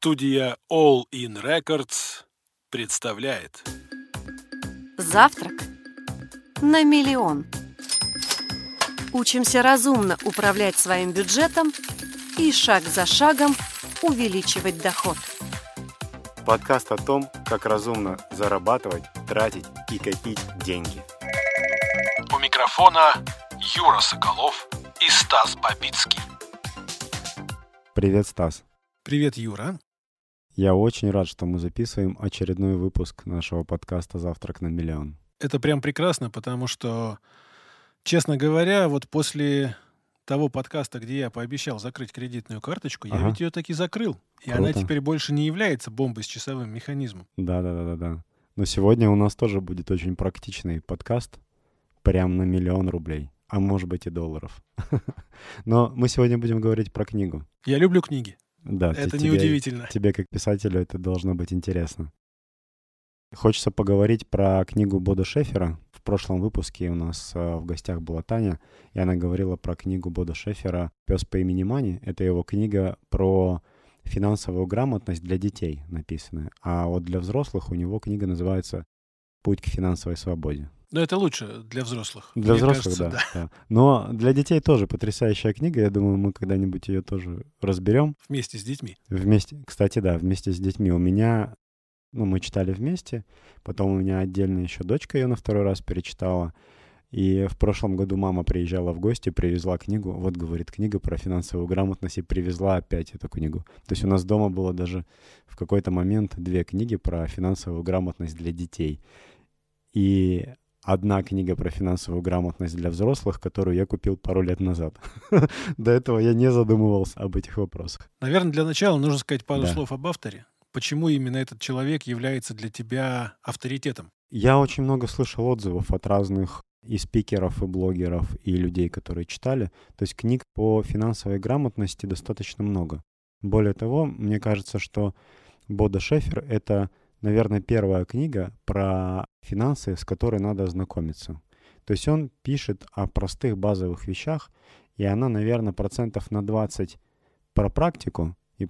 Студия All In Records представляет Завтрак на миллион. Учимся разумно управлять своим бюджетом и шаг за шагом увеличивать доход. Подкаст о том, как разумно зарабатывать, тратить и копить деньги. У микрофона Юра Соколов и Стас Бабицкий. Привет, Стас. Привет, Юра. Я очень рад, что мы записываем очередной выпуск нашего подкаста «Завтрак на миллион». Это прям прекрасно, потому что, честно говоря, вот после того подкаста, где я пообещал закрыть кредитную карточку, я ведь ее таки закрыл. И Круто. она теперь больше не является бомбой с часовым механизмом. Да. Но сегодня у нас тоже будет очень практичный подкаст, прям на 1 000 000 рублей, а может быть и долларов. Но мы сегодня будем говорить про книгу. Я люблю книги. Да, Это неудивительно. Тебе, как писателю, это должно быть интересно. Хочется поговорить про книгу Бодо Шефера. В прошлом выпуске у нас в гостях была Таня, и она говорила про книгу Бодо Шефера «Пес по имени Мани». Это его книга про финансовую грамотность для детей написанная. А вот для взрослых у него книга называется «Путь к финансовой свободе». Но это лучше для взрослых. Для Мне взрослых, кажется, да. Но для детей тоже потрясающая книга. Я думаю, мы когда-нибудь ее тоже разберем. Вместе с детьми. Кстати, да, вместе с детьми. У меня, мы читали вместе. Потом у меня отдельно еще дочка ее на 2-й раз перечитала. И в прошлом году мама приезжала в гости, привезла книгу. Вот, говорит, книга про финансовую грамотность. И привезла опять эту книгу. То есть у нас дома было даже в какой-то момент 2 книги про финансовую грамотность для детей. И одна книга про финансовую грамотность для взрослых, которую я купил пару лет назад. До этого я не задумывался об этих вопросах. Наверное, для начала нужно сказать пару слов об авторе. Почему именно этот человек является для тебя авторитетом? Я очень много слышал отзывов от разных и спикеров, и блогеров, и людей, которые читали. То есть книг по финансовой грамотности достаточно много. Более того, мне кажется, что Бодо Шефер — это, наверное, первая книга про финансы, с которой надо ознакомиться. То есть он пишет о простых базовых вещах, и она, наверное, 20% про практику и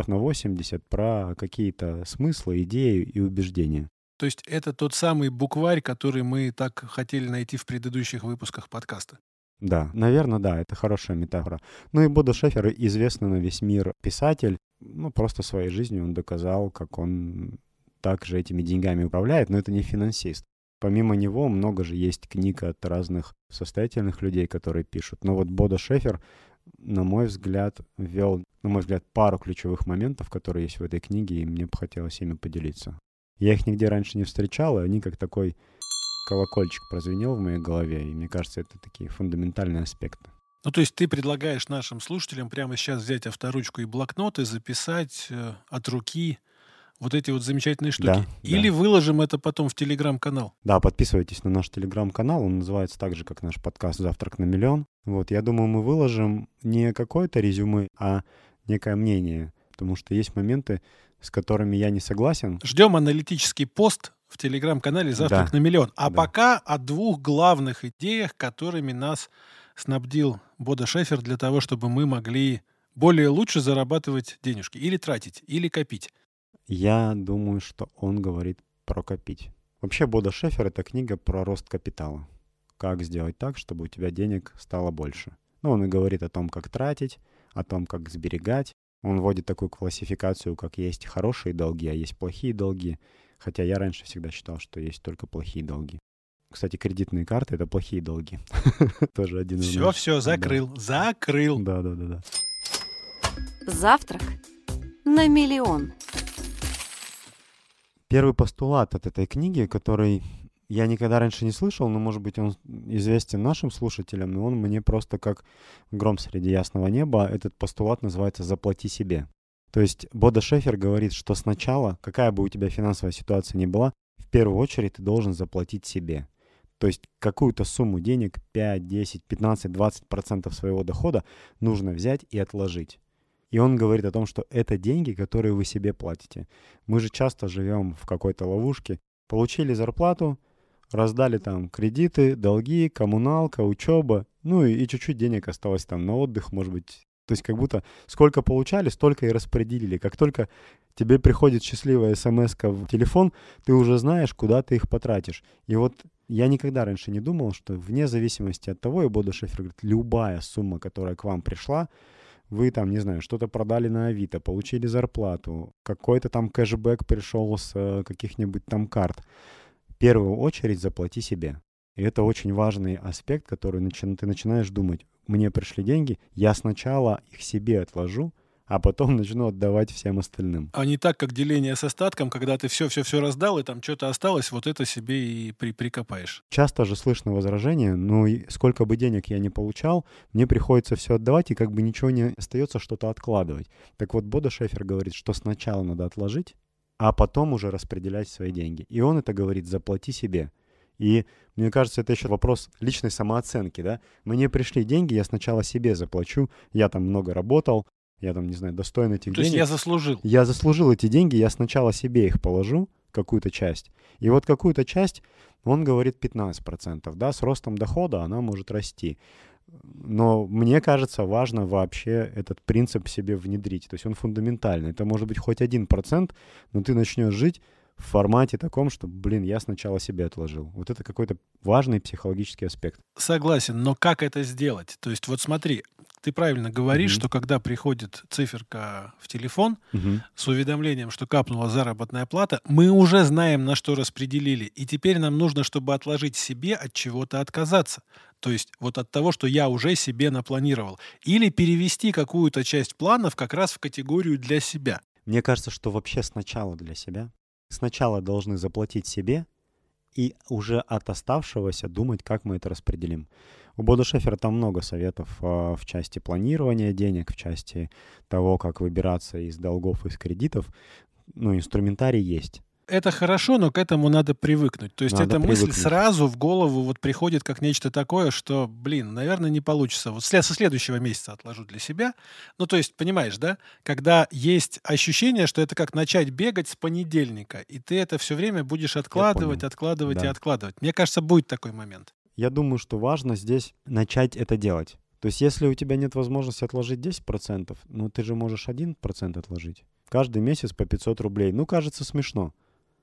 80% про какие-то смыслы, идеи и убеждения. То есть это тот самый букварь, который мы так хотели найти в предыдущих выпусках подкаста. Да, наверное, да, это хорошая метафора. Ну и Бодо Шефер известный на весь мир писатель. Просто своей жизнью он доказал, как он также этими деньгами управляет, но это не финансист. Помимо него много же есть книг от разных состоятельных людей, которые пишут. Но вот Бодо Шефер, на мой взгляд, ввел, пару ключевых моментов, которые есть в этой книге, и мне бы хотелось ими поделиться. Я их нигде раньше не встречал, и они как такой колокольчик прозвенел в моей голове, и мне кажется, это такие фундаментальные аспекты. То есть ты предлагаешь нашим слушателям прямо сейчас взять авторучку и блокнот и записать от руки вот эти вот замечательные штуки. Или выложим это потом в Телеграм-канал. Да, подписывайтесь на наш Телеграм-канал. Он называется так же, как наш подкаст «Завтрак на миллион». Я думаю, мы выложим не какое-то резюме, а некое мнение. Потому что есть моменты, с которыми я не согласен. Ждем аналитический пост в Телеграм-канале «Завтрак на миллион». А пока о 2 главных идеях, которыми нас снабдил Бодо Шефер для того, чтобы мы могли более лучше зарабатывать денежки. Или тратить, или копить. Я думаю, что он говорит про копить. Вообще, Бодо Шефер — это книга про рост капитала. Как сделать так, чтобы у тебя денег стало больше. Он и говорит о том, как тратить, о том, как сберегать. Он вводит такую классификацию, как есть хорошие долги, а есть плохие долги. Хотя я раньше всегда считал, что есть только плохие долги. Кстати, кредитные карты — это плохие долги. Тоже один из... Все, закрыл. Закрыл. Да. Завтрак на миллион. Первый постулат от этой книги, который я никогда раньше не слышал, но, может быть, он известен нашим слушателям, но он мне просто как гром среди ясного неба. Этот постулат называется «заплати себе». То есть Бодо Шефер говорит, что сначала, какая бы у тебя финансовая ситуация ни была, в первую очередь ты должен заплатить себе. То есть какую-то сумму денег, 5, 10, 15, 20% своего дохода нужно взять и отложить. И он говорит о том, что это деньги, которые вы себе платите. Мы же часто живем в какой-то ловушке. Получили зарплату, раздали там кредиты, долги, коммуналка, учеба. И чуть-чуть денег осталось там на отдых, может быть, То есть как будто сколько получали, столько и распределили. Как только тебе приходит счастливая смс-ка в телефон, ты уже знаешь, куда ты их потратишь. И вот я никогда раньше не думал, что вне зависимости от того, и Бодо Шефер говорит, любая сумма, которая к вам пришла, вы там, не знаю, что-то продали на Авито, получили зарплату, какой-то там кэшбэк пришел с каких-нибудь там карт. В первую очередь заплати себе. И это очень важный аспект, который ты начинаешь думать. Мне пришли деньги, я сначала их себе отложу, а потом начну отдавать всем остальным. А не так, как деление с остатком, когда ты все раздал, и там что-то осталось, вот это себе и прикопаешь. Часто же слышно возражение, и сколько бы денег я не получал, мне приходится все отдавать, и как бы ничего не остается, что-то откладывать. Так вот, Бодо Шефер говорит, что сначала надо отложить, а потом уже распределять свои деньги. И он это говорит, заплати себе. И мне кажется, это еще вопрос личной самооценки, да. Мне пришли деньги, я сначала себе заплачу, я там много работал, я там, не знаю, достоин этих денег. То есть я заслужил. Я заслужил эти деньги, я сначала себе их положу, какую-то часть. И вот какую-то часть, он говорит 15%, да, с ростом дохода она может расти. Но мне кажется, важно вообще этот принцип себе внедрить. То есть он фундаментальный. Это может быть хоть 1%, но ты начнешь жить в формате таком, что, я сначала себе отложил. Вот это какой-то важный психологический аспект. Согласен, но как это сделать? То есть вот смотри, ты правильно говоришь, что когда приходит циферка в телефон с уведомлением, что капнула заработная плата, мы уже знаем, на что распределили. И теперь нам нужно, чтобы отложить себе, от чего-то отказаться. То есть вот от того, что я уже себе напланировал. Или перевести какую-то часть планов как раз в категорию для себя. Мне кажется, что вообще сначала для себя. Сначала должны заплатить себе и уже от оставшегося думать, как мы это распределим. У Бодо Шефера там много советов в части планирования денег, в части того, как выбираться из долгов, из кредитов. Инструментарий есть. Это хорошо, но к этому надо привыкнуть. То есть эта мысль сразу в голову вот приходит как нечто такое, что, наверное, не получится. Вот со следующего месяца отложу для себя. То есть, понимаешь, да? Когда есть ощущение, что это как начать бегать с понедельника, и ты это все время будешь откладывать и откладывать. Мне кажется, будет такой момент. Я думаю, что важно здесь начать это делать. То есть если у тебя нет возможности отложить 10%, ты же можешь 1% отложить. Каждый месяц по 500 рублей. Кажется смешно.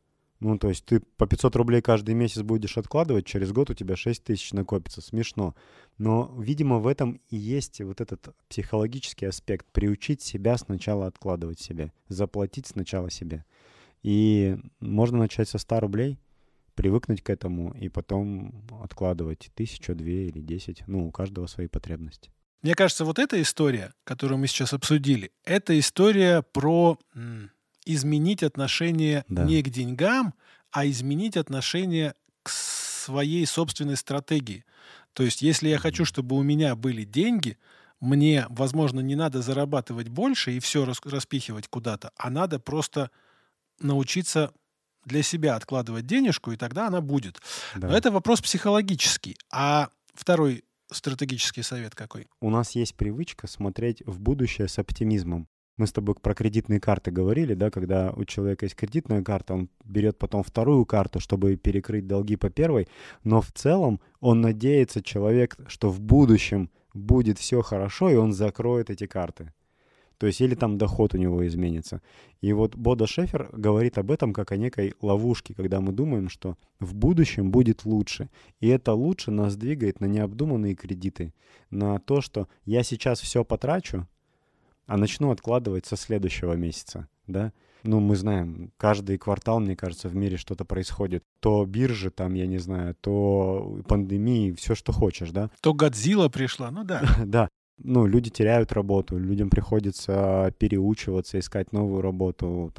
То есть ты по 500 рублей каждый месяц будешь откладывать, через год у тебя 6 тысяч накопится. Смешно. Но, видимо, в этом и есть вот этот психологический аспект. Приучить себя сначала откладывать себе. Заплатить сначала себе. И можно начать со 100 рублей, привыкнуть к этому и потом откладывать 1000, 2 или 10. У каждого свои потребности. Мне кажется, вот эта история, которую мы сейчас обсудили, это история про... изменить отношение не к деньгам, а изменить отношение к своей собственной стратегии. То есть, если я хочу, чтобы у меня были деньги, мне, возможно, не надо зарабатывать больше и все распихивать куда-то, а надо просто научиться для себя откладывать денежку, и тогда она будет. Да. Но это вопрос психологический. А второй стратегический совет какой? У нас есть привычка смотреть в будущее с оптимизмом. Мы с тобой про кредитные карты говорили, да, когда у человека есть кредитная карта, он берет потом вторую карту, чтобы перекрыть долги по первой, но в целом он надеется, человек, что в будущем будет все хорошо, и он закроет эти карты. То есть или там доход у него изменится. И вот Бодо Шефер говорит об этом как о некой ловушке, когда мы думаем, что в будущем будет лучше. И это лучше нас двигает на необдуманные кредиты, на то, что я сейчас все потрачу, а начну откладывать со следующего месяца, да. Мы знаем, каждый квартал, мне кажется, в мире что-то происходит. То биржи там, я не знаю, то пандемии, все, что хочешь, да. То Годзилла пришла, да. Да. Люди теряют работу, людям приходится переучиваться, искать новую работу.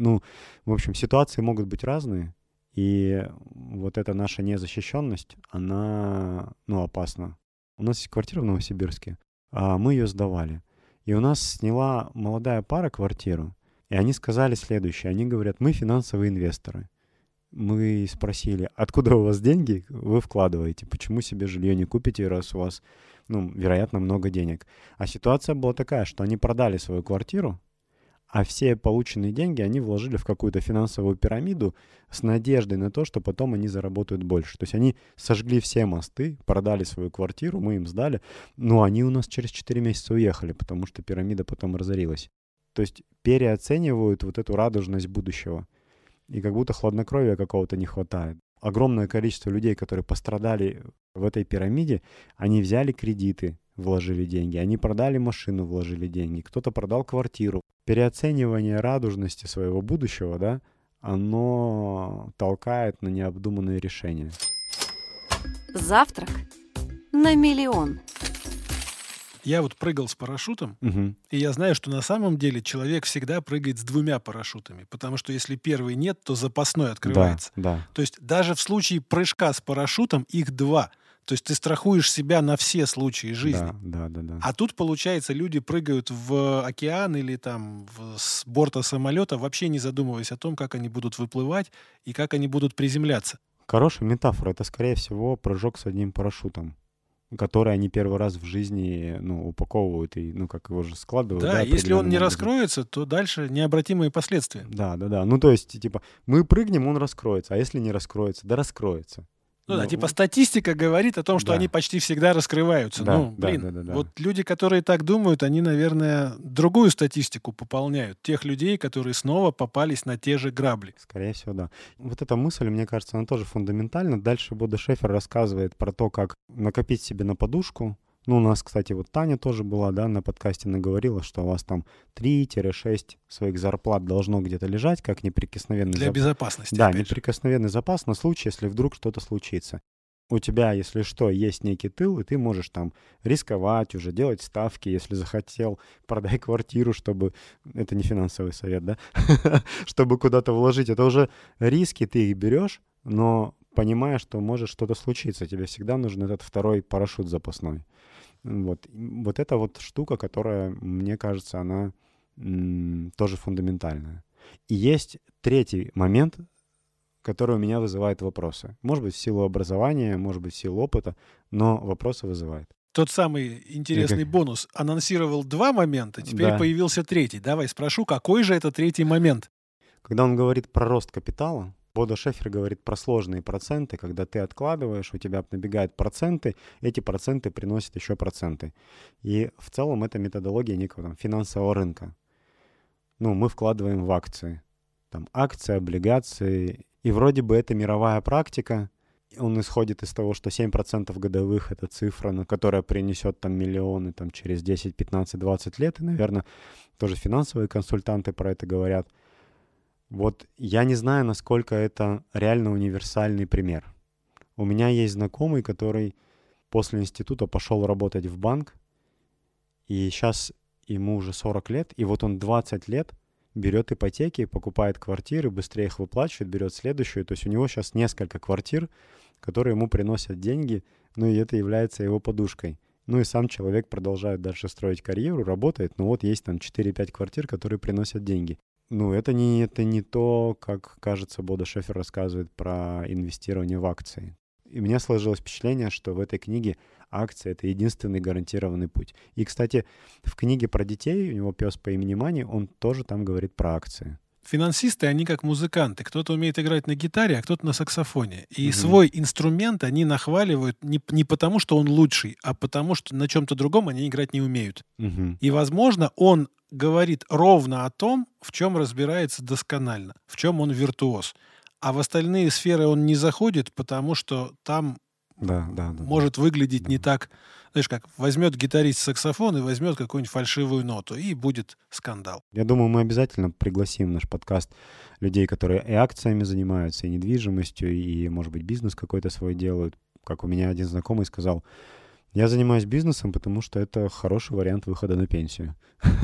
В общем, ситуации могут быть разные. И вот эта наша незащищенность, она, опасна. У нас есть квартира в Новосибирске, а мы ее сдавали. И у нас сняла молодая пара квартиру, и они сказали следующее. Они говорят, мы финансовые инвесторы. Мы спросили, откуда у вас деньги вы вкладываете? Почему себе жилье не купите, раз у вас, вероятно, много денег? А ситуация была такая, что они продали свою квартиру, А все полученные деньги они вложили в какую-то финансовую пирамиду с надеждой на то, что потом они заработают больше. То есть они сожгли все мосты, продали свою квартиру, мы им сдали, но они у нас через 4 месяца уехали, потому что пирамида потом разорилась. То есть переоценивают вот эту радужность будущего. И как будто хладнокровия какого-то не хватает. Огромное количество людей, которые пострадали в этой пирамиде, они взяли кредиты, вложили деньги, они продали машину, вложили деньги, кто-то продал квартиру. Переоценивание радужности своего будущего, да, оно толкает на необдуманные решения. Завтрак на миллион. Я вот прыгал с парашютом, и я знаю, что на самом деле человек всегда прыгает с 2 парашютами, потому что если первый нет, то запасной открывается. Да. То есть даже в случае прыжка с парашютом их 2. То есть ты страхуешь себя на все случаи жизни. Да. А тут, получается, люди прыгают в океан или там с борта самолета, вообще не задумываясь о том, как они будут выплывать и как они будут приземляться. Хорошая метафора. Это, скорее всего, прыжок с одним парашютом, который они первый раз в жизни упаковывают и, как его же складывают. Да, если он не раскроется, то дальше необратимые последствия. Да. Ну, то есть, мы прыгнем, он раскроется, а если не раскроется, да раскроется. Статистика говорит о том, что они почти всегда раскрываются. Да. Вот люди, которые так думают, они, наверное, другую статистику пополняют. Тех людей, которые снова попались на те же грабли. Скорее всего, да. Вот эта мысль, мне кажется, она тоже фундаментальна. Дальше Бодо Шефер рассказывает про то, как накопить себе на подушку. У нас, кстати, вот Таня тоже была, да, на подкасте наговорила, что у вас там 3-6 своих зарплат должно где-то лежать, как неприкосновенный Для безопасности. Да, неприкосновенный запас на случай, если вдруг что-то случится. У тебя, если что, есть некий тыл, и ты можешь там рисковать уже, делать ставки, если захотел, продай квартиру, чтобы... Это не финансовый совет, да? Чтобы куда-то вложить. Это уже риски, ты их берешь, но понимая, что может что-то случиться, тебе всегда нужен этот второй парашют запасной. Вот эта вот штука, которая, мне кажется, она тоже фундаментальная. И есть третий момент, который у меня вызывает вопросы. Может быть, в силу образования, может быть, в силу опыта, но вопросы вызывает. Тот самый интересный бонус. Анонсировал 2 момента, теперь появился третий. Давай спрошу, какой же это третий момент? Когда он говорит про рост капитала, Бодо Шефер говорит про сложные проценты, когда ты откладываешь, у тебя набегают проценты, эти проценты приносят еще проценты. И в целом это методология некого финансового рынка. Мы вкладываем в акции. Акции, облигации. И вроде бы это мировая практика. Он исходит из того, что 7% годовых — это цифра, которая принесет миллионы через 10, 15, 20 лет. И, наверное, тоже финансовые консультанты про это говорят. Вот я не знаю, насколько это реально универсальный пример. У меня есть знакомый, который после института пошел работать в банк, и сейчас ему уже 40 лет, и вот он 20 лет берет ипотеки, покупает квартиры, быстрее их выплачивает, берет следующую. То есть у него сейчас несколько квартир, которые ему приносят деньги, и это является его подушкой. И сам человек продолжает дальше строить карьеру, работает, но вот есть 4-5 квартир, которые приносят деньги. Это не то, как, кажется, Бодо Шефер рассказывает про инвестирование в акции. И у меня сложилось впечатление, что в этой книге акции — это единственный гарантированный путь. И, кстати, в книге про детей, у него «Пес по имени Мани», он тоже там говорит про акции. Финансисты, они как музыканты. Кто-то умеет играть на гитаре, а кто-то на саксофоне. И свой инструмент они нахваливают не потому, что он лучший, а потому, что на чем-то другом они играть не умеют. И, возможно, он говорит ровно о том, в чем разбирается досконально, в чем он виртуоз. А в остальные сферы он не заходит, потому что там может выглядеть не так. Знаешь, как возьмет гитарист саксофон и возьмет какую-нибудь фальшивую ноту, и будет скандал. Я думаю, мы обязательно пригласим в наш подкаст людей, которые и акциями занимаются, и недвижимостью, и, может быть, бизнес какой-то свой делают. Как у меня один знакомый сказал: я занимаюсь бизнесом, потому что это хороший вариант выхода на пенсию.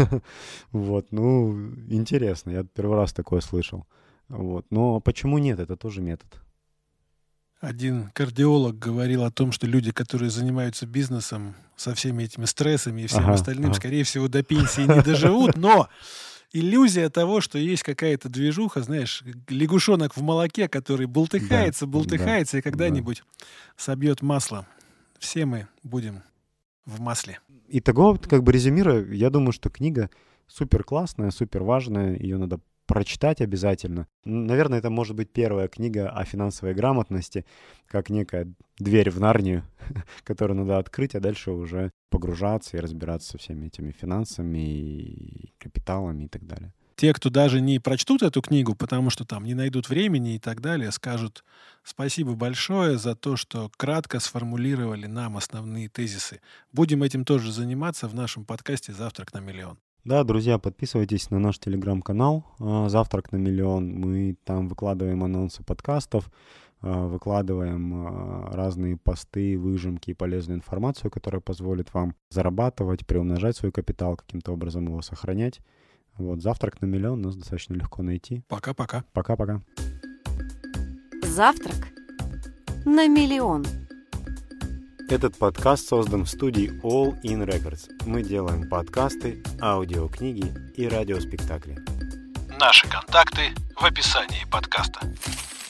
Интересно, я первый раз такое слышал. Но почему нет? Это тоже метод. Один кардиолог говорил о том, что люди, которые занимаются бизнесом со всеми этими стрессами и всем остальным, скорее всего, до пенсии не доживут, но иллюзия того, что есть какая-то движуха, знаешь, лягушонок в молоке, который бултыхается, и когда-нибудь собьет масло. Все мы будем в масле. Итого, резюмируя, я думаю, что книга супер классная, супер важная, ее надо прочитать обязательно. Наверное, это может быть первая книга о финансовой грамотности, как некая дверь в Нарнию, которую надо открыть, а дальше уже погружаться и разбираться со всеми этими финансами и капиталами и так далее. Те, кто даже не прочтут эту книгу, потому что там не найдут времени и так далее, скажут спасибо большое за то, что кратко сформулировали нам основные тезисы. Будем этим тоже заниматься в нашем подкасте «Завтрак на миллион». Да, друзья, подписывайтесь на наш телеграм-канал «Завтрак на миллион». Мы там выкладываем анонсы подкастов, выкладываем разные посты, выжимки и полезную информацию, которая позволит вам зарабатывать, приумножать свой капитал, каким-то образом его сохранять. Вот, «Завтрак на миллион» нас достаточно легко найти. Пока-пока. Пока-пока. Завтрак на миллион. Этот подкаст создан в студии All In Records. Мы делаем подкасты, аудиокниги и радиоспектакли. Наши контакты в описании подкаста.